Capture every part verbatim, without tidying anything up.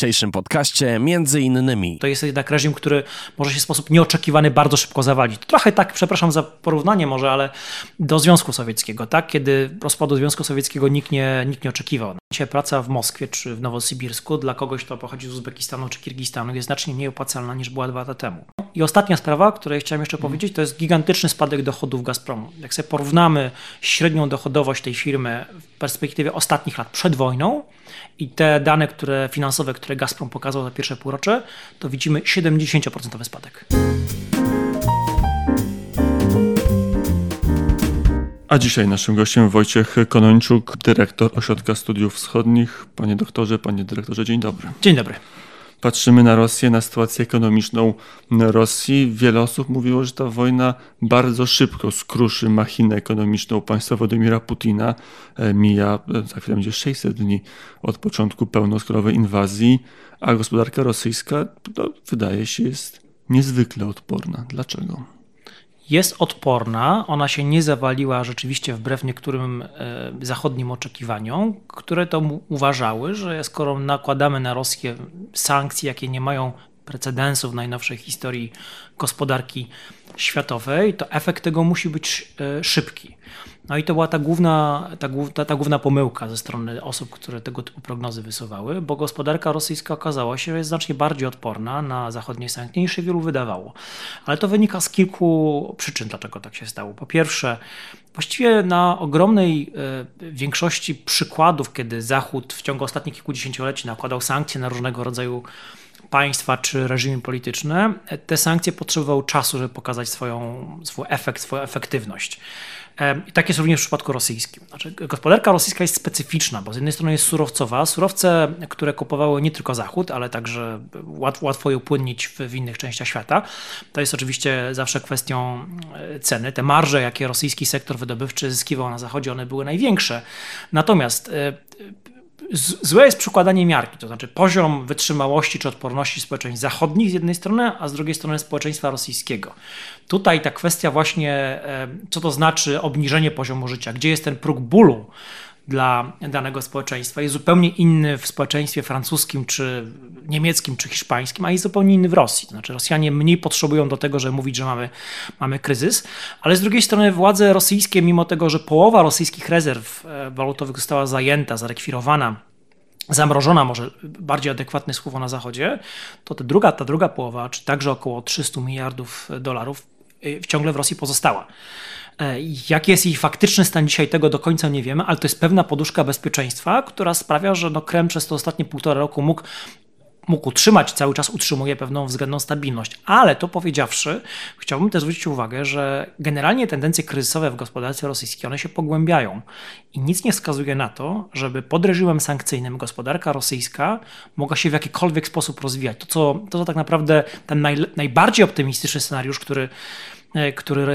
dzisiejszym podcaście między innymi. To jest jednak reżim, który może się w sposób nieoczekiwany bardzo szybko zawalić. Trochę tak, przepraszam za porównanie może, ale do Związku Sowieckiego, tak? Kiedy rozpadu Związku Sowieckiego nikt nie, nikt nie oczekiwał. Dzisiaj praca w Moskwie czy w Nowosybirsku dla kogoś, kto pochodzi z Uzbekistanu czy Kirgistanu, jest znacznie mniej opłacalna niż była dwa lata temu. I ostatnia sprawa, o której chciałem jeszcze hmm. powiedzieć, to jest gigantyczny spadek dochodów Gazpromu. Jak sobie porównamy średnią dochodowość tej firmy w perspektywie ostatnich lat przed wojną i te dane które, finansowe, które Gazprom pokazał za pierwsze półrocze, to widzimy siedemdziesiąt procent spadek. A dzisiaj naszym gościem Wojciech Konończuk, dyrektor Ośrodka Studiów Wschodnich. Panie doktorze, panie dyrektorze, dzień dobry. Dzień dobry. Patrzymy na Rosję, na sytuację ekonomiczną Rosji. Wiele osób mówiło, że ta wojna bardzo szybko skruszy machinę ekonomiczną państwa Władimira Putina. Mija za chwilę będzie sześćset dni od początku pełnoskalowej inwazji, a gospodarka rosyjska no, wydaje się jest niezwykle odporna. Dlaczego? Jest odporna, ona się nie zawaliła rzeczywiście wbrew niektórym e, zachodnim oczekiwaniom, które to uważały, że skoro nakładamy na Rosję sankcje, jakie nie mają precedensu w najnowszej historii gospodarki światowej, to efekt tego musi być e, szybki. No i to była ta główna, ta, ta, ta główna pomyłka ze strony osób, które tego typu prognozy wysuwały, bo gospodarka rosyjska okazała się, że jest znacznie bardziej odporna na zachodnie sankcje niż się wielu wydawało. Ale to wynika z kilku przyczyn, dlaczego tak się stało. Po pierwsze, właściwie na ogromnej y, większości przykładów, kiedy Zachód w ciągu ostatnich kilkudziesięcioleci nakładał sankcje na różnego rodzaju państwa czy reżimy polityczne, te sankcje potrzebowały czasu, żeby pokazać swoją, swój efekt, swoją efektywność. I tak jest również w przypadku rosyjskim. Znaczy, gospodarka rosyjska jest specyficzna, bo z jednej strony jest surowcowa. Surowce, które kupowały nie tylko Zachód, ale także łatwo, łatwo je upłynnić w, w innych częściach świata. To jest oczywiście zawsze kwestią ceny. Te marże, jakie rosyjski sektor wydobywczy zyskiwał na Zachodzie, one były największe. Natomiast złe jest przykładanie miarki, to znaczy poziom wytrzymałości czy odporności społeczeństw zachodnich z jednej strony, a z drugiej strony społeczeństwa rosyjskiego. Tutaj ta kwestia właśnie, co to znaczy obniżenie poziomu życia, gdzie jest ten próg bólu dla danego społeczeństwa, jest zupełnie inny w społeczeństwie francuskim, czy niemieckim, czy hiszpańskim, a jest zupełnie inny w Rosji. To znaczy Rosjanie mniej potrzebują do tego, żeby mówić, że mamy, mamy kryzys, ale z drugiej strony władze rosyjskie, mimo tego, że połowa rosyjskich rezerw walutowych została zajęta, zarekwirowana, zamrożona, może bardziej adekwatne słowo na Zachodzie, to ta druga, ta druga połowa, czy także około trzysta miliardów dolarów ciągle w Rosji pozostała. Jaki jest jej faktyczny stan dzisiaj, tego do końca nie wiemy, ale to jest pewna poduszka bezpieczeństwa, która sprawia, że no Kreml przez te ostatnie półtora roku mógł mógł utrzymać, cały czas utrzymuje pewną względną stabilność. Ale to powiedziawszy, chciałbym też zwrócić uwagę, że generalnie tendencje kryzysowe w gospodarce rosyjskiej, one się pogłębiają i nic nie wskazuje na to, żeby pod reżimem sankcyjnym gospodarka rosyjska mogła się w jakikolwiek sposób rozwijać. To, co, to, co tak naprawdę ten naj, najbardziej optymistyczny scenariusz, który, który,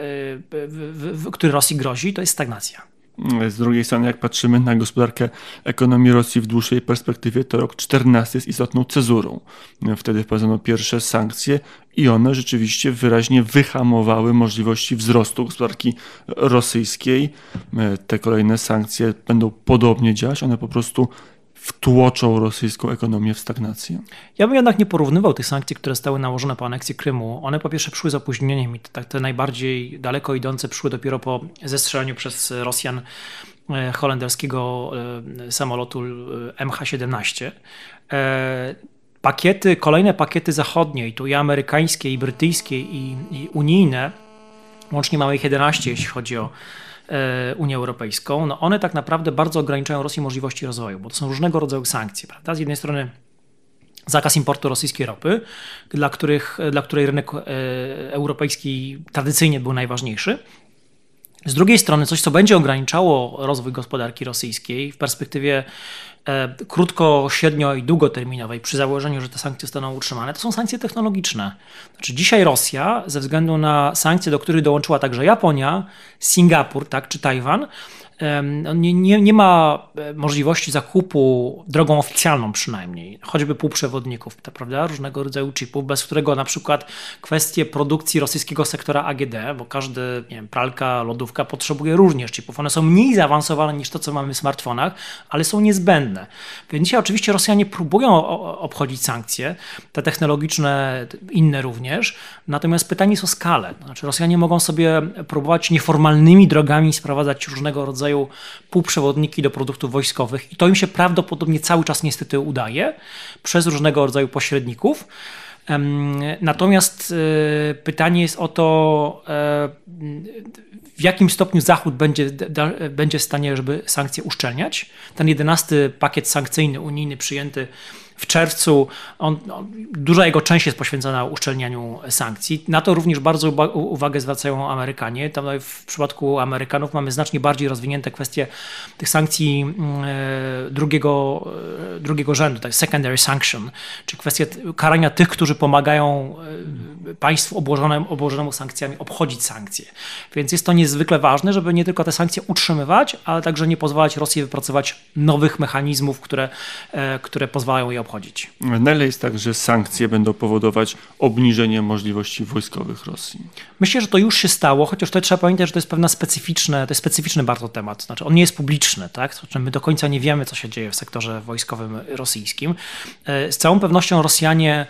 który Rosji grozi, to jest stagnacja. Z drugiej strony, jak patrzymy na gospodarkę ekonomii Rosji w dłuższej perspektywie, to rok czternasty jest istotną cezurą. Wtedy wprowadzono pierwsze sankcje i one rzeczywiście wyraźnie wyhamowały możliwości wzrostu gospodarki rosyjskiej. Te kolejne sankcje będą podobnie działać, one po prostu wtłoczą rosyjską ekonomię w stagnację. Ja bym jednak nie porównywał tych sankcji, które zostały nałożone po aneksji Krymu. One po pierwsze przyszły z opóźnieniem i te, te najbardziej daleko idące przyszły dopiero po zestrzeleniu przez Rosjan holenderskiego samolotu M H siedemnaście. Pakiety, kolejne pakiety zachodnie, i tu i amerykańskie, i brytyjskie, i, i unijne, łącznie mamy ich jedenaście, jeśli chodzi o Unię Europejską, no one tak naprawdę bardzo ograniczają Rosji możliwości rozwoju, bo to są różnego rodzaju sankcje, prawda? Z jednej strony zakaz importu rosyjskiej ropy, dla, których, dla której rynek europejski tradycyjnie był najważniejszy. Z drugiej strony coś, co będzie ograniczało rozwój gospodarki rosyjskiej w perspektywie e, krótko, średnio i długoterminowej, przy założeniu, że te sankcje zostaną utrzymane, to są sankcje technologiczne. Znaczy dzisiaj Rosja, ze względu na sankcje, do których dołączyła także Japonia, Singapur, tak, czy Tajwan, Nie, nie, nie ma możliwości zakupu drogą oficjalną przynajmniej, choćby półprzewodników, prawda, różnego rodzaju chipów, bez którego na przykład kwestie produkcji rosyjskiego sektora A G D, bo każdy, nie wiem, pralka, lodówka potrzebuje również chipów. One są mniej zaawansowane niż to, co mamy w smartfonach, ale są niezbędne. uszczelne. Więc dzisiaj oczywiście Rosjanie próbują obchodzić sankcje, te technologiczne, inne również, natomiast pytanie jest o skalę. Znaczy Rosjanie mogą sobie próbować nieformalnymi drogami sprowadzać różnego rodzaju półprzewodniki do produktów wojskowych i to im się prawdopodobnie cały czas niestety udaje przez różnego rodzaju pośredników. Natomiast pytanie jest o to, w jakim stopniu Zachód będzie, będzie w stanie, żeby sankcje uszczelniać. Ten jedenasty pakiet sankcyjny unijny przyjęty w czerwcu, on, on, duża jego część jest poświęcona uszczelnianiu sankcji. Na to również bardzo uwagę zwracają Amerykanie. Tam w przypadku Amerykanów mamy znacznie bardziej rozwinięte kwestie tych sankcji e, drugiego, e, drugiego rzędu, tak, secondary sanction, czyli kwestia karania tych, którzy pomagają e, państwu obłożonemu, obłożonemu sankcjami obchodzić sankcje. Więc jest to niezwykle ważne, żeby nie tylko te sankcje utrzymywać, ale także nie pozwalać Rosji wypracować nowych mechanizmów, które, e, które pozwalają jej obchodzić. Na ile jest tak, że sankcje będą powodować obniżenie możliwości wojskowych Rosji? Myślę, że to już się stało, chociaż to trzeba pamiętać, że to jest pewna specyficzne, to jest specyficzny bardzo temat. Znaczy on nie jest publiczny, tak? Znaczy my do końca nie wiemy, co się dzieje w sektorze wojskowym rosyjskim. Z całą pewnością Rosjanie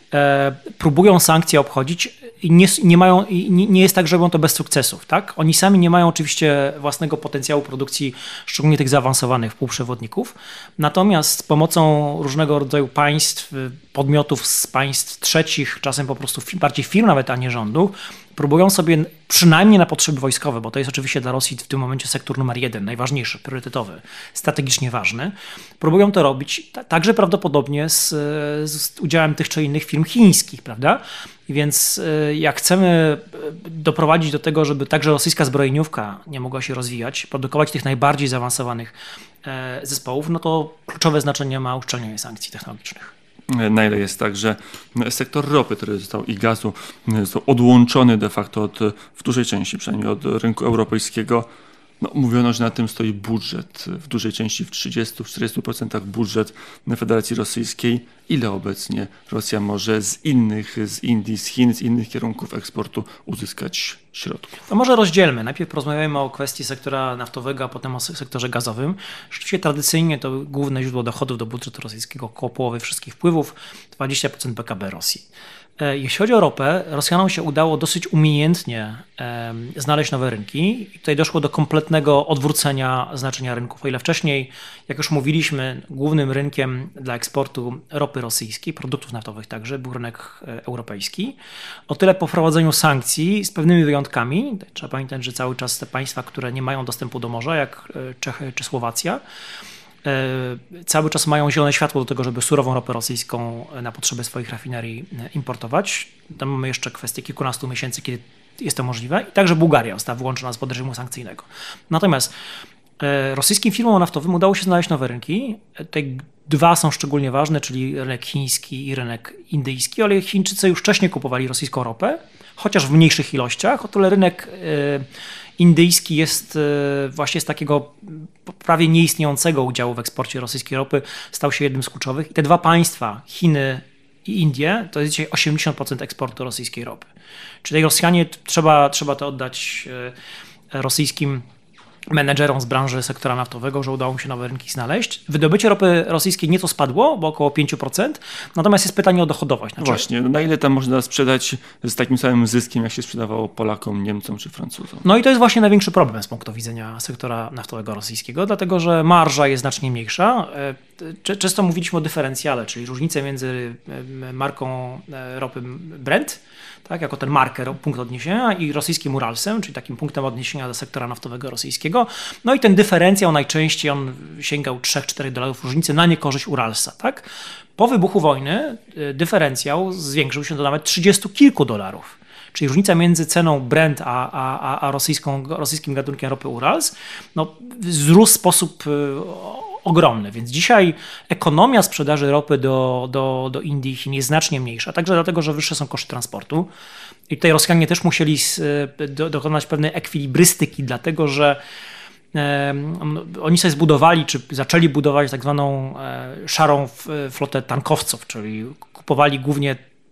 próbują sankcje obchodzić i nie, nie, mają, nie, nie jest tak, że robią to bez sukcesów. Tak? Oni sami nie mają oczywiście własnego potencjału produkcji, szczególnie tych zaawansowanych półprzewodników. Natomiast z pomocą różnego rodzaju państw, podmiotów z państw trzecich, czasem po prostu bardziej firm nawet, a nie rządu, próbują sobie przynajmniej na potrzeby wojskowe, bo to jest oczywiście dla Rosji w tym momencie sektor numer jeden, najważniejszy, priorytetowy, strategicznie ważny. Próbują to robić także prawdopodobnie z, z udziałem tych czy innych firm chińskich, prawda? Więc jak chcemy doprowadzić do tego, żeby także rosyjska zbrojeniówka nie mogła się rozwijać, produkować tych najbardziej zaawansowanych zespołów, no to kluczowe znaczenie ma uszczelnienie sankcji technologicznych. Na ile jest tak, że sektor ropy, który został i gazu, został odłączony de facto od, w dużej części przynajmniej od rynku europejskiego. No, mówiono, że na tym stoi budżet, w dużej części w trzydziestu do czterdziestu procent budżet Federacji Rosyjskiej. Ile obecnie Rosja może z innych, z Indii, z Chin, z innych kierunków eksportu uzyskać środków? To może rozdzielmy. Najpierw porozmawiajmy o kwestii sektora naftowego, a potem o sektorze gazowym. Rzeczywiście tradycyjnie to główne źródło dochodów do budżetu rosyjskiego, około połowy wszystkich wpływów, dwadzieścia procent B K B Rosji. Jeśli chodzi o ropę, Rosjanom się udało dosyć umiejętnie um, znaleźć nowe rynki i tutaj doszło do kompletnego odwrócenia znaczenia rynków. O ile wcześniej, jak już mówiliśmy, głównym rynkiem dla eksportu ropy rosyjskiej, produktów naftowych także, był rynek europejski, o tyle po wprowadzeniu sankcji z pewnymi wyjątkami, trzeba pamiętać, że cały czas te państwa, które nie mają dostępu do morza, jak Czechy czy Słowacja, cały czas mają zielone światło do tego, żeby surową ropę rosyjską na potrzeby swoich rafinerii importować. Tam mamy jeszcze kwestię kilkunastu miesięcy, kiedy jest to możliwe. I także Bułgaria została wyłączona spod reżimu sankcyjnego. Natomiast rosyjskim firmom naftowym udało się znaleźć nowe rynki. Te dwa są szczególnie ważne, czyli rynek chiński i rynek indyjski, ale Chińczycy już wcześniej kupowali rosyjską ropę, chociaż w mniejszych ilościach. O tyle rynek indyjski jest właśnie z takiego prawie nieistniejącego udziału w eksporcie rosyjskiej ropy, stał się jednym z kluczowych. I te dwa państwa, Chiny i Indie, to jest dzisiaj osiemdziesiąt procent eksportu rosyjskiej ropy. Czyli Rosjanie, trzeba, trzeba to oddać rosyjskim menedżerom z branży sektora naftowego, że udało mu się nowe rynki znaleźć. Wydobycie ropy rosyjskiej nieco spadło, bo około pięć procent, natomiast jest pytanie o dochodowość. Znaczy... Właśnie, na ile tam można sprzedać z takim samym zyskiem, jak się sprzedawało Polakom, Niemcom czy Francuzom? No i to jest właśnie największy problem z punktu widzenia sektora naftowego rosyjskiego, dlatego że marża jest znacznie mniejsza. Często mówiliśmy o dyferencjale, czyli różnicę między marką ropy Brent, tak, jako ten marker, punkt odniesienia, i rosyjskim Uralsem, czyli takim punktem odniesienia do sektora naftowego rosyjskiego. No i ten dyferencjał najczęściej on sięgał trzy do czterech dolarów różnicy na niekorzyść Uralsa. Tak? Po wybuchu wojny dyferencjał zwiększył się do nawet trzydziestu kilku dolarów. Czyli różnica między ceną Brent a, a, a rosyjską, rosyjskim gatunkiem ropy Urals no, wzrósł w sposób ogromny, więc dzisiaj ekonomia sprzedaży ropy do, do, do Indii i Chin jest znacznie mniejsza, także dlatego, że wyższe są koszty transportu. I tutaj Rosjanie też musieli do, dokonać pewnej ekwilibrystyki, dlatego że e, oni sobie zbudowali, czy zaczęli budować tak zwaną e, szarą flotę tankowców, czyli kupowali głównie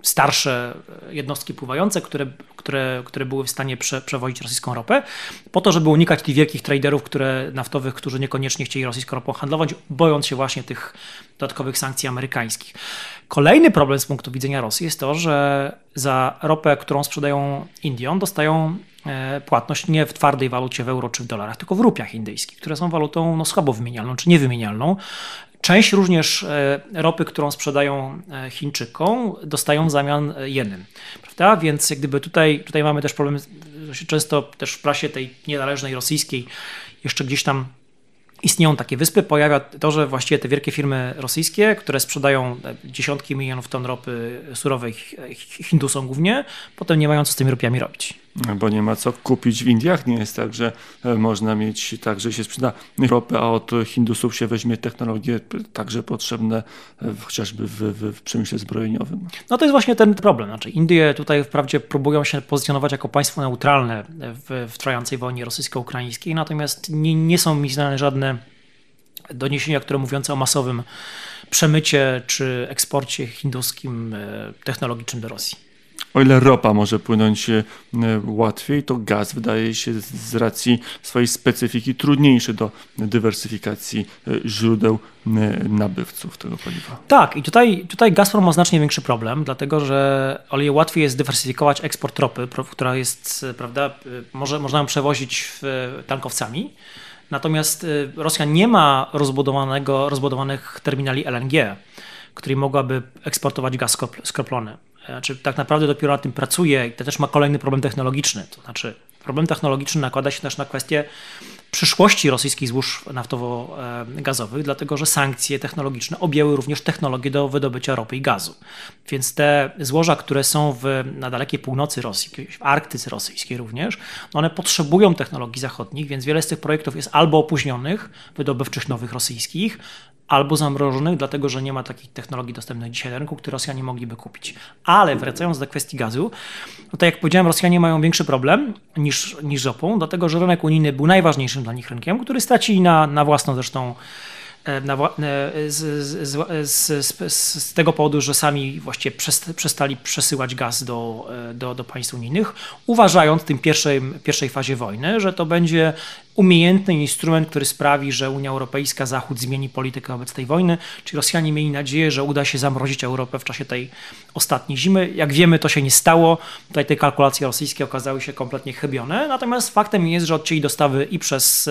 starsze jednostki pływające, które, które, które były w stanie prze, przewozić rosyjską ropę, po to, żeby unikać tych wielkich traderów które, naftowych, którzy niekoniecznie chcieli rosyjską ropą handlować, bojąc się właśnie tych dodatkowych sankcji amerykańskich. Kolejny problem z punktu widzenia Rosji jest to, że za ropę, którą sprzedają Indiom, dostają płatność nie w twardej walucie w euro czy w dolarach, tylko w rupiach indyjskich, które są walutą no, słabo wymienialną czy niewymienialną. Część również ropy, którą sprzedają Chińczykom, dostają w zamian jenem, prawda? Więc jak gdyby tutaj, tutaj mamy też problem, że się często też w prasie tej niezależnej rosyjskiej jeszcze gdzieś tam istnieją takie wyspy, pojawia to, że właściwie te wielkie firmy rosyjskie, które sprzedają dziesiątki milionów ton ropy surowej Hindusom głównie, potem nie mają co z tymi rupiami robić. Bo nie ma co kupić w Indiach. Nie jest tak, że można mieć tak, że się sprzeda ropę, a od Hindusów się weźmie technologie także potrzebne w, chociażby w, w, w przemyśle zbrojeniowym. No to jest właśnie ten problem. Znaczy Indie tutaj wprawdzie próbują się pozycjonować jako państwo neutralne w, w trwającej wojnie rosyjsko-ukraińskiej, natomiast nie, nie są mi znane żadne doniesienia, które mówiące o masowym przemycie czy eksporcie hinduskim technologicznym do Rosji. O ile ropa może płynąć łatwiej, to gaz wydaje się z racji swojej specyfiki trudniejszy do dywersyfikacji źródeł nabywców tego paliwa. Tak, i tutaj, tutaj Gazprom ma znacznie większy problem, dlatego że o ile łatwiej jest dywersyfikować eksport ropy, która jest, prawda, może, można ją przewozić tankowcami, natomiast Rosja nie ma rozbudowanego, rozbudowanych terminali L N G, której mogłaby eksportować gaz skroplony. Znaczy, tak naprawdę dopiero na tym pracuje i to też ma kolejny problem technologiczny. To znaczy problem technologiczny nakłada się też na kwestię przyszłości rosyjskich złóż naftowo-gazowych, dlatego że sankcje technologiczne objęły również technologię do wydobycia ropy i gazu. Więc te złoża, które są w, na dalekiej północy Rosji, w Arktyce rosyjskiej również, one potrzebują technologii zachodnich, więc wiele z tych projektów jest albo opóźnionych, wydobywczych nowych rosyjskich, albo zamrożonych, dlatego że nie ma takich technologii dostępnych dzisiaj na rynku, które Rosjanie mogliby kupić. Ale wracając do kwestii gazu, no to jak powiedziałem, Rosjanie mają większy problem niż, niż ropą, dlatego że rynek unijny był najważniejszym dla nich rynkiem, który stracili na, na własną zresztą na, z, z, z, z, z tego powodu, że sami właściwie przestali przesyłać gaz do, do, do państw unijnych, uważając w tym pierwszej, pierwszej fazie wojny, że to będzie umiejętny instrument, który sprawi, że Unia Europejska, Zachód zmieni politykę wobec tej wojny, czyli Rosjanie mieli nadzieję, że uda się zamrozić Europę w czasie tej ostatniej zimy. Jak wiemy, to się nie stało. Tutaj te kalkulacje rosyjskie okazały się kompletnie chybione, natomiast faktem jest, że odcięli dostawy i przez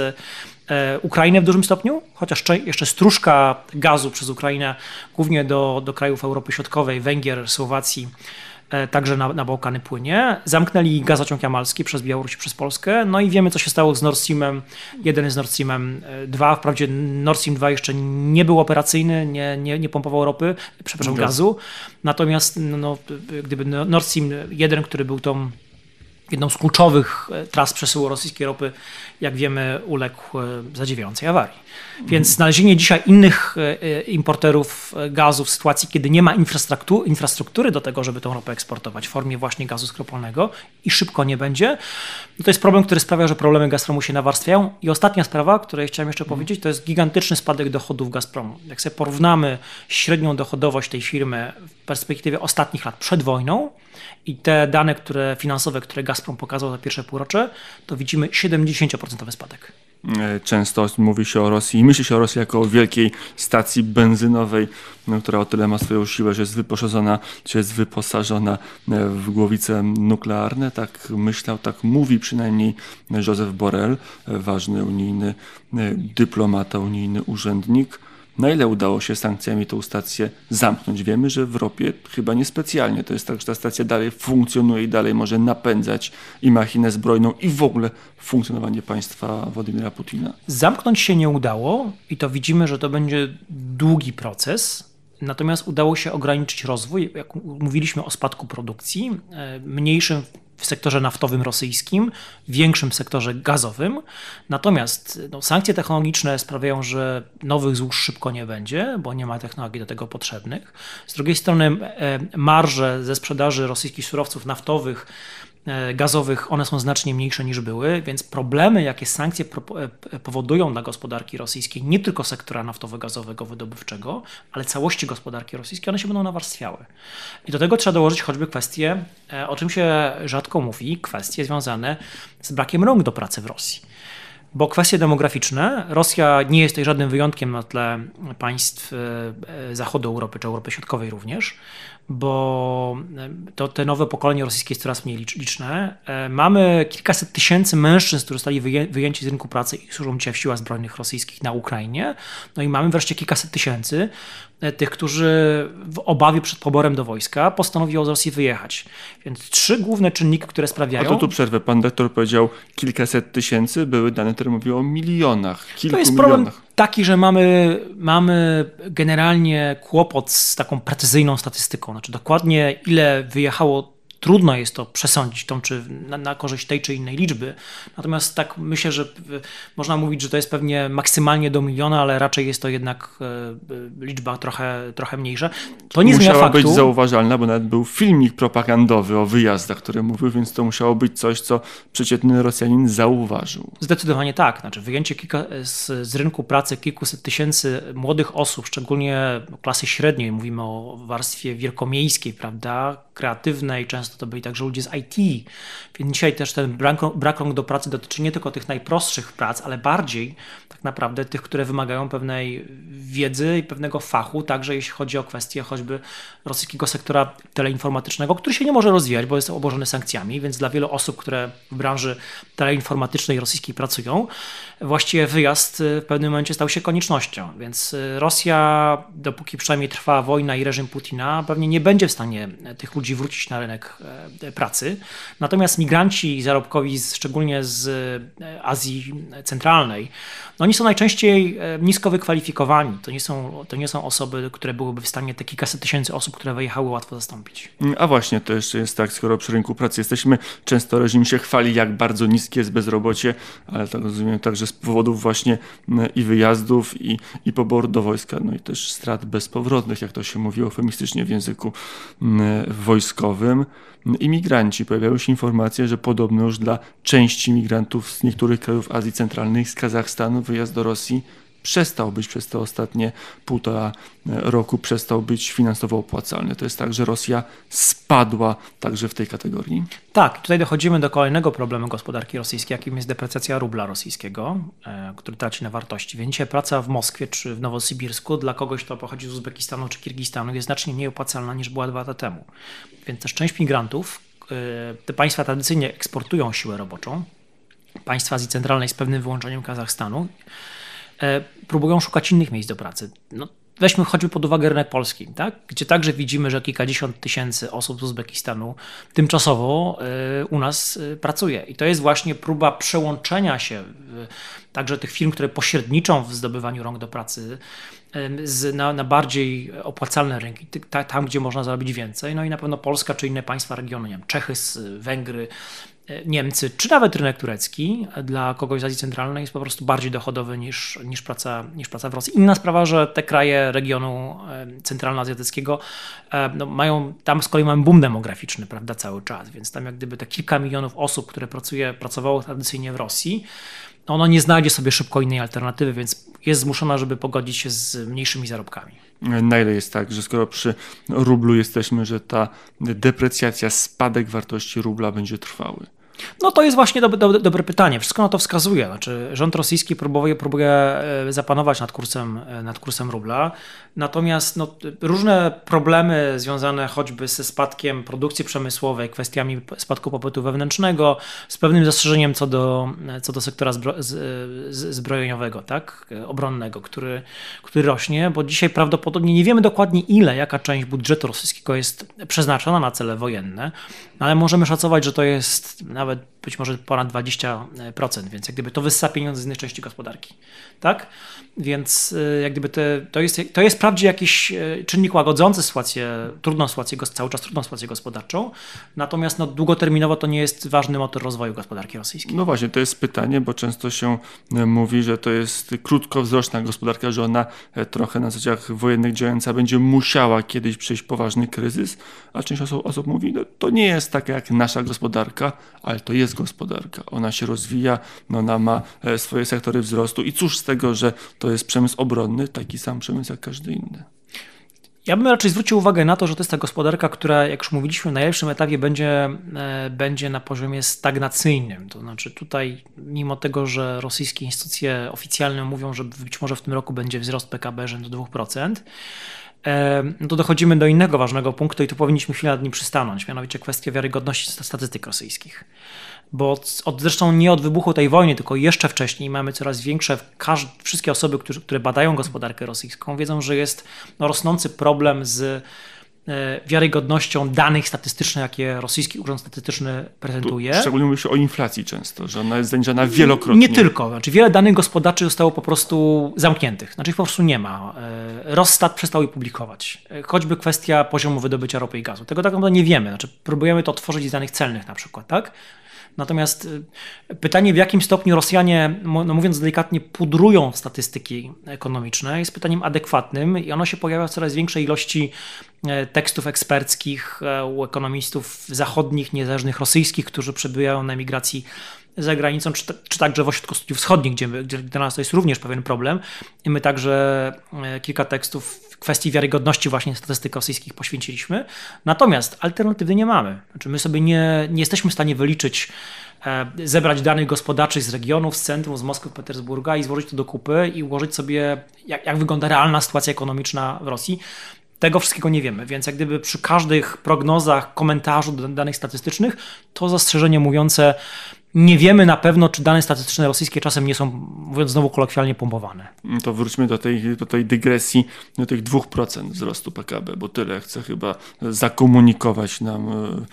Ukrainę w dużym stopniu, chociaż jeszcze stróżka gazu przez Ukrainę, głównie do, do krajów Europy Środkowej, Węgier, Słowacji, także na, na Bałkany płynie. Zamknęli gazociąg jamalski przez Białoruś, przez Polskę. No i wiemy, co się stało z Nord Streamem jeden, z Nord Streamem dwa. Wprawdzie Nord Stream dwa jeszcze nie był operacyjny, nie, nie, nie pompował ropy, przepraszam, Gaz. gazu. Natomiast no, no, gdyby Nord Stream jeden, który był tą jedną z kluczowych tras przesyłu rosyjskiej ropy, jak wiemy, uległ zadziwiającej awarii. Więc znalezienie dzisiaj innych importerów gazu w sytuacji, kiedy nie ma infrastruktury, infrastruktury do tego, żeby tą ropę eksportować w formie właśnie gazu skroplonego i szybko nie będzie, no to jest problem, który sprawia, że problemy Gazpromu się nawarstwiają. I ostatnia sprawa, o której chciałem jeszcze powiedzieć, to jest gigantyczny spadek dochodów Gazpromu. Jak sobie porównamy średnią dochodowość tej firmy w perspektywie ostatnich lat przed wojną i te dane które, finansowe, które Gazprom pokazał za pierwsze półrocze, to widzimy siedemdziesiąt procent spadek. Często mówi się o Rosji i myśli się o Rosji jako o wielkiej stacji benzynowej, no, która o tyle ma swoją siłę, że jest wyposażona, czy jest wyposażona w głowice nuklearne. Tak myślał, tak mówi przynajmniej Joseph Borrell, ważny unijny dyplomata, unijny urzędnik. Na ile udało się sankcjami tą stację zamknąć? Wiemy, że w ropie chyba niespecjalnie. To jest tak, że ta stacja dalej funkcjonuje i dalej może napędzać i machinę zbrojną i w ogóle funkcjonowanie państwa Władimira Putina. Zamknąć się nie udało i to widzimy, że to będzie długi proces. Natomiast udało się ograniczyć rozwój. Jak mówiliśmy o spadku produkcji, mniejszym w sektorze naftowym rosyjskim, większym w sektorze gazowym. Natomiast no, sankcje technologiczne sprawiają, że nowych złóż szybko nie będzie, bo nie ma technologii do tego potrzebnych. Z drugiej strony e, marże ze sprzedaży rosyjskich surowców naftowych gazowych, one są znacznie mniejsze niż były, więc problemy, jakie sankcje powodują dla gospodarki rosyjskiej, nie tylko sektora naftowo-gazowego, wydobywczego, ale całości gospodarki rosyjskiej, one się będą nawarstwiały. I do tego trzeba dołożyć choćby kwestie, o czym się rzadko mówi, kwestie związane z brakiem rąk do pracy w Rosji. Bo kwestie demograficzne, Rosja nie jest tutaj żadnym wyjątkiem na tle państw zachodu Europy, czy Europy Środkowej również, bo to te nowe pokolenie rosyjskie jest coraz mniej liczne. Mamy kilkaset tysięcy mężczyzn, którzy zostali wyjęci z rynku pracy i służą dzisiaj w siłach zbrojnych rosyjskich na Ukrainie. No i mamy wreszcie kilkaset tysięcy tych, którzy w obawie przed poborem do wojska postanowiło z Rosji wyjechać. Więc trzy główne czynniki, które sprawiają... A to tu przerwę. Pan doktor powiedział kilkaset tysięcy, były dane, które mówiły o milionach, kilku To jest milionach. problem taki, że mamy, mamy generalnie kłopot z taką precyzyjną statystyką. Znaczy dokładnie ile wyjechało, trudno jest to przesądzić tą, czy na, na korzyść tej czy innej liczby. Natomiast tak myślę, że można mówić, że to jest pewnie maksymalnie do miliona, ale raczej jest to jednak e, liczba trochę, trochę mniejsza. To nie zmienia Musiała faktu. być zauważalna, bo nawet był filmik propagandowy o wyjazdach, który mówił, więc to musiało być coś, co przeciętny Rosjanin zauważył. Zdecydowanie tak. Znaczy wyjęcie kilka, z, z rynku pracy kilkuset tysięcy młodych osób, szczególnie klasy średniej, mówimy o warstwie wielkomiejskiej, prawda, kreatywnej, często to byli także ludzie z I T, więc dzisiaj też ten brak, brak rąk do pracy dotyczy nie tylko tych najprostszych prac, ale bardziej tak naprawdę tych, które wymagają pewnej wiedzy i pewnego fachu, także jeśli chodzi o kwestie choćby rosyjskiego sektora teleinformatycznego, który się nie może rozwijać, bo jest obłożony sankcjami, więc dla wielu osób, które w branży teleinformatycznej rosyjskiej pracują, właściwie wyjazd w pewnym momencie stał się koniecznością, więc Rosja, dopóki przynajmniej trwa wojna i reżim Putina, pewnie nie będzie w stanie tych ludzi wrócić na rynek pracy. Natomiast migranci zarobkowi, szczególnie z Azji Centralnej, no oni są najczęściej nisko wykwalifikowani. To nie są, to nie są osoby, które byłyby w stanie te kilkaset tysięcy osób, które wyjechały, łatwo zastąpić. A właśnie, to jeszcze jest tak, skoro przy rynku pracy jesteśmy, często reżim się chwali, jak bardzo niskie jest bezrobocie, ale tak rozumiem także z powodów właśnie i wyjazdów, i, i poboru do wojska, no i też strat bezpowrotnych, jak to się mówi eufemistycznie w języku wojskowym. Imigranci. Pojawiały się informacje, że podobno już dla części migrantów z niektórych krajów Azji Centralnej, z Kazachstanu, wyjazd do Rosji przestał być przez te ostatnie półtora roku, przestał być finansowo opłacalny. To jest tak, że Rosja spadła także w tej kategorii? Tak, tutaj dochodzimy do kolejnego problemu gospodarki rosyjskiej, jakim jest deprecjacja rubla rosyjskiego, e, który traci na wartości. Więc dzisiaj praca w Moskwie czy w Nowosybirsku dla kogoś, kto pochodzi z Uzbekistanu czy Kirgistanu, jest znacznie mniej opłacalna niż była dwa lata temu. Więc też część migrantów, e, te państwa tradycyjnie eksportują siłę roboczą, państwa Azji Centralnej z pewnym wyłączeniem Kazachstanu, e, próbują szukać innych miejsc do pracy. No, weźmy choćby pod uwagę rynek polski, tak? Gdzie także widzimy, że kilkadziesiąt tysięcy osób z Uzbekistanu tymczasowo y, u nas y, pracuje. I to jest właśnie próba przełączenia się y, także tych firm, które pośredniczą w zdobywaniu rąk do pracy y, z, na, na bardziej opłacalne rynki, t- tam gdzie można zarobić więcej. No i na pewno Polska czy inne państwa regionu, nie wiem, Czechy, Węgry, Niemcy, czy nawet rynek turecki dla kogoś z Azji Centralnej jest po prostu bardziej dochodowy niż, niż, praca, niż praca w Rosji. Inna sprawa, że te kraje regionu centralnoazjatyckiego no, mają, tam z kolei mamy boom demograficzny, prawda, cały czas, więc tam jak gdyby te kilka milionów osób, które pracuje, pracowało tradycyjnie w Rosji, no ono nie znajdzie sobie szybko innej alternatywy, więc jest zmuszona, żeby pogodzić się z mniejszymi zarobkami. Na ile jest tak, że skoro przy rublu jesteśmy, że ta deprecjacja, spadek wartości rubla będzie trwały? No to jest właśnie dobre, dobre, dobre pytanie. Wszystko na to wskazuje. Znaczy, rząd rosyjski próbuje, próbuje zapanować nad kursem, nad kursem rubla. Natomiast no, różne problemy związane choćby ze spadkiem produkcji przemysłowej, kwestiami spadku popytu wewnętrznego, z pewnym zastrzeżeniem co do, co do sektora zbro, z, z, zbrojeniowego, tak? Obronnego, który, który rośnie, bo dzisiaj prawdopodobnie nie wiemy dokładnie ile, jaka część budżetu rosyjskiego jest przeznaczona na cele wojenne, ale możemy szacować, że to jest nawet być może ponad dwadzieścia procent, więc jak gdyby to wyssa pieniądze z innej części gospodarki. Tak? Więc jak gdyby te, to, jest, to jest wprawdzie jakiś czynnik łagodzący sytuację, trudną sytuację, cały czas trudną sytuację gospodarczą, natomiast no, długoterminowo to nie jest ważny motor rozwoju gospodarki rosyjskiej. No właśnie, to jest pytanie, bo często się mówi, że to jest krótkowzroczna gospodarka, że ona trochę na zasadach wojennych działająca będzie musiała kiedyś przejść poważny kryzys, a część osób, osób mówi, no to nie jest taka jak nasza gospodarka, ale to jest gospodarka. Ona się rozwija, no ona ma swoje sektory wzrostu i cóż z tego, że to jest przemysł obronny, taki sam przemysł jak każdy inny. Ja bym raczej zwrócił uwagę na to, że to jest ta gospodarka, która, jak już mówiliśmy, na najlepszym etapie będzie, będzie na poziomie stagnacyjnym. To znaczy tutaj, mimo tego, że rosyjskie instytucje oficjalne mówią, że być może w tym roku będzie wzrost P K B rzędu dwa procent, no to dochodzimy do innego ważnego punktu i tu powinniśmy chwilę nad nim przystanąć, mianowicie kwestia wiarygodności statystyk rosyjskich. Bo od, zresztą nie od wybuchu tej wojny, tylko jeszcze wcześniej mamy coraz większe, każd- wszystkie osoby, którzy, które badają gospodarkę rosyjską, wiedzą, że jest no, rosnący problem z e, wiarygodnością danych statystycznych, jakie rosyjski urząd statystyczny prezentuje. Tu szczególnie mówi się o inflacji często, że ona jest zaniżana wielokrotnie. Nie tylko. Znaczy, wiele danych gospodarczych zostało po prostu zamkniętych. Znaczy ich po prostu nie ma. E, Rosstat przestał je publikować. E, choćby kwestia poziomu wydobycia ropy i gazu. Tego tak naprawdę nie wiemy. Znaczy, próbujemy to odtworzyć z danych celnych na przykład, tak? Natomiast pytanie, w jakim stopniu Rosjanie, no mówiąc delikatnie, pudrują statystyki ekonomiczne, jest pytaniem adekwatnym i ono się pojawia w coraz większej ilości tekstów eksperckich u ekonomistów zachodnich, niezależnych rosyjskich, którzy przebywają na emigracji za granicą, czy, czy także w ośrodku studiów wschodnich, gdzie, my, gdzie dla nas to jest również pewien problem. I my także kilka tekstów w kwestii wiarygodności właśnie statystyk rosyjskich poświęciliśmy. Natomiast alternatywy nie mamy. Znaczy my sobie nie, nie jesteśmy w stanie wyliczyć, e, zebrać danych gospodarczych z regionów, z centrum, z Moskwy, Petersburga i złożyć to do kupy i ułożyć sobie, jak, jak wygląda realna sytuacja ekonomiczna w Rosji. Tego wszystkiego nie wiemy, więc jak gdyby przy każdych prognozach, komentarzu do danych statystycznych, to zastrzeżenie mówiące, nie wiemy na pewno, czy dane statystyczne rosyjskie czasem nie są, mówiąc znowu kolokwialnie, pompowane. To wróćmy do tej, do tej dygresji, do tych dwóch procent wzrostu P K B, bo tyle chce chyba zakomunikować nam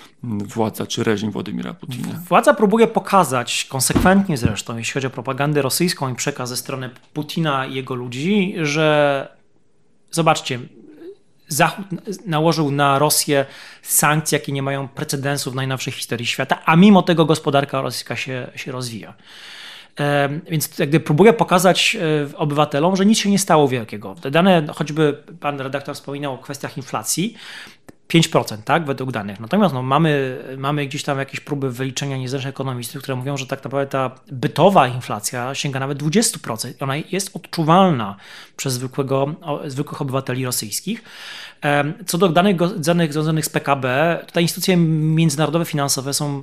władza czy reżim Władimira Putina. Władza próbuje pokazać, konsekwentnie zresztą, jeśli chodzi o propagandę rosyjską i przekaz ze strony Putina i jego ludzi, że zobaczcie, Zachód nałożył na Rosję sankcje, jakie nie mają precedensu w najnowszej historii świata, a mimo tego gospodarka rosyjska się, się rozwija. E, więc jak gdyby próbuję pokazać e, obywatelom, że nic się nie stało wielkiego. Te dane, choćby pan redaktor wspominał o kwestiach inflacji, pięć procent, tak, według danych. Natomiast no, mamy, mamy gdzieś tam jakieś próby wyliczenia niezależnych ekonomistów, które mówią, że tak naprawdę ta bytowa inflacja sięga nawet dwadzieścia procent. Ona jest odczuwalna przez zwykłego, o, zwykłych obywateli rosyjskich. Co do danych, danych związanych z P K B, tutaj instytucje międzynarodowe finansowe są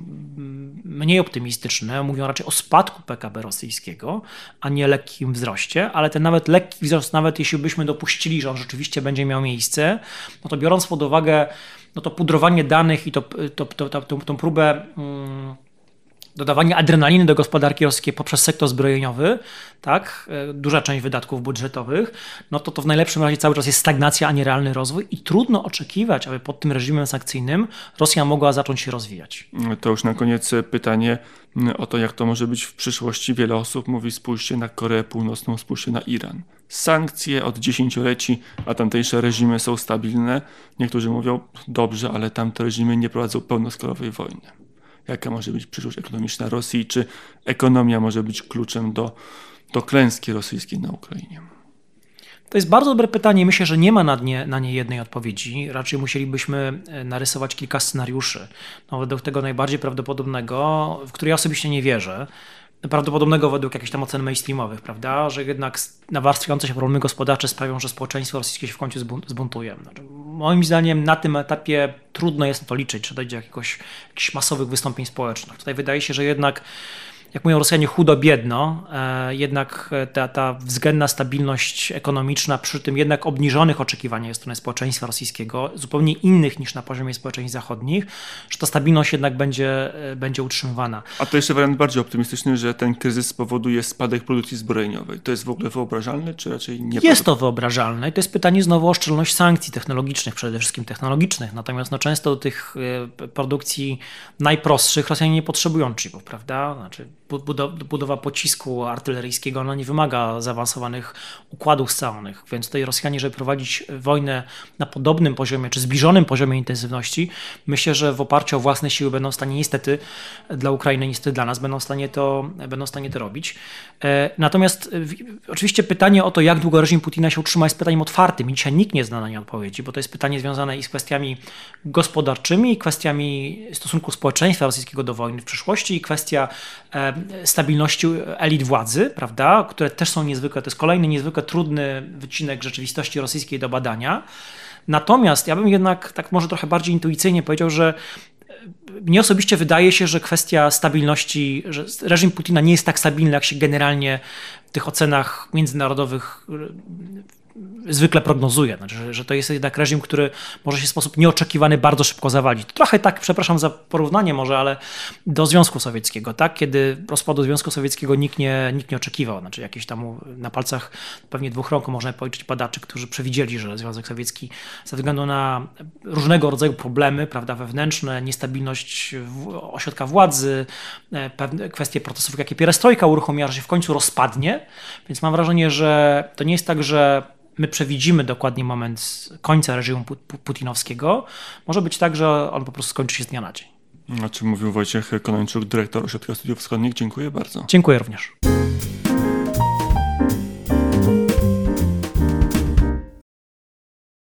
mniej optymistyczne, mówią raczej o spadku P K B rosyjskiego, a nie lekkim wzroście, ale ten nawet lekki wzrost, nawet jeśli byśmy dopuścili, że on rzeczywiście będzie miał miejsce, no to biorąc pod uwagę no to pudrowanie danych i to, to, to, to, tą, tą próbę hmm, dodawania adrenaliny do gospodarki rosyjskiej poprzez sektor zbrojeniowy, tak, duża część wydatków budżetowych, no to to w najlepszym razie cały czas jest stagnacja, a nie realny rozwój i trudno oczekiwać, aby pod tym reżimem sankcyjnym Rosja mogła zacząć się rozwijać. To już na koniec pytanie o to, jak to może być w przyszłości. Wiele osób mówi, spójrzcie na Koreę Północną, spójrzcie na Iran. Sankcje od dziesięcioleci, a tamtejsze reżimy są stabilne. Niektórzy mówią, dobrze, ale tamte reżimy nie prowadzą pełnoskalowej wojny. Jaka może być przyszłość ekonomiczna Rosji? Czy ekonomia może być kluczem do, do klęski rosyjskiej na Ukrainie? To jest bardzo dobre pytanie. Myślę, że nie ma na nie, na nie jednej odpowiedzi. Raczej musielibyśmy narysować kilka scenariuszy. No, według tego najbardziej prawdopodobnego, w który ja osobiście nie wierzę, prawdopodobnego według jakichś tam ocen mainstreamowych, prawda, że jednak nawarstwiające się problemy gospodarcze sprawią, że społeczeństwo rosyjskie się w końcu zbuntuje. Znaczy, moim zdaniem na tym etapie trudno jest na to liczyć, że dojdzie do jakiegoś, jakichś masowych wystąpień społecznych. Tutaj wydaje się, że jednak jak mówią Rosjanie, chudo-biedno, jednak ta, ta względna stabilność ekonomiczna przy tym jednak obniżonych oczekiwaniach ze strony społeczeństwa rosyjskiego, zupełnie innych niż na poziomie społeczeństw zachodnich, że ta stabilność jednak będzie, będzie utrzymywana. A to jeszcze wariant bardziej optymistyczny, że ten kryzys spowoduje spadek produkcji zbrojeniowej. To jest w ogóle wyobrażalne, czy raczej nie? Jest to wyobrażalne i to jest pytanie znowu o szczelność sankcji technologicznych, przede wszystkim technologicznych. Natomiast no, często do tych produkcji najprostszych Rosjanie nie potrzebują chipów, prawda? Znaczy budowa pocisku artyleryjskiego, ona nie wymaga zaawansowanych układów scalonych, więc tutaj Rosjanie, żeby prowadzić wojnę na podobnym poziomie, czy zbliżonym poziomie intensywności, myślę, że w oparciu o własne siły będą w stanie niestety dla Ukrainy, niestety dla nas, będą w stanie to, będą w stanie to robić. Natomiast oczywiście pytanie o to, jak długo reżim Putina się utrzyma, jest pytaniem otwartym i dzisiaj nikt nie zna na nie odpowiedzi, bo to jest pytanie związane i z kwestiami gospodarczymi, i kwestiami stosunku społeczeństwa rosyjskiego do wojny w przyszłości, i kwestia stabilności elit władzy, prawda, które też są niezwykle, to jest kolejny niezwykle trudny wycinek rzeczywistości rosyjskiej do badania. Natomiast ja bym jednak tak może trochę bardziej intuicyjnie powiedział, że mnie osobiście wydaje się, że kwestia stabilności, że reżim Putina nie jest tak stabilny, jak się generalnie w tych ocenach międzynarodowych zwykle prognozuje, znaczy, że, że to jest jednak reżim, który może się w sposób nieoczekiwany bardzo szybko zawalić. Trochę tak, przepraszam za porównanie może, ale do Związku Sowieckiego, tak? Kiedy rozpadu Związku Sowieckiego nikt nie, nikt nie oczekiwał, znaczy jakieś tam na palcach pewnie dwóch rąk można policzyć badaczy, którzy przewidzieli, że Związek Sowiecki ze względu na różnego rodzaju problemy, prawda, wewnętrzne, niestabilność w, ośrodka władzy, pewne kwestie procesów, jakie pierestrojka uruchomiła, że się w końcu rozpadnie, więc mam wrażenie, że to nie jest tak, że my przewidzimy dokładnie moment końca reżimu putinowskiego. Może być tak, że on po prostu skończy się z dnia na dzień. O czym mówił Wojciech Konończuk, dyrektor Ośrodka Studiów Wschodnich. Dziękuję bardzo. Dziękuję również.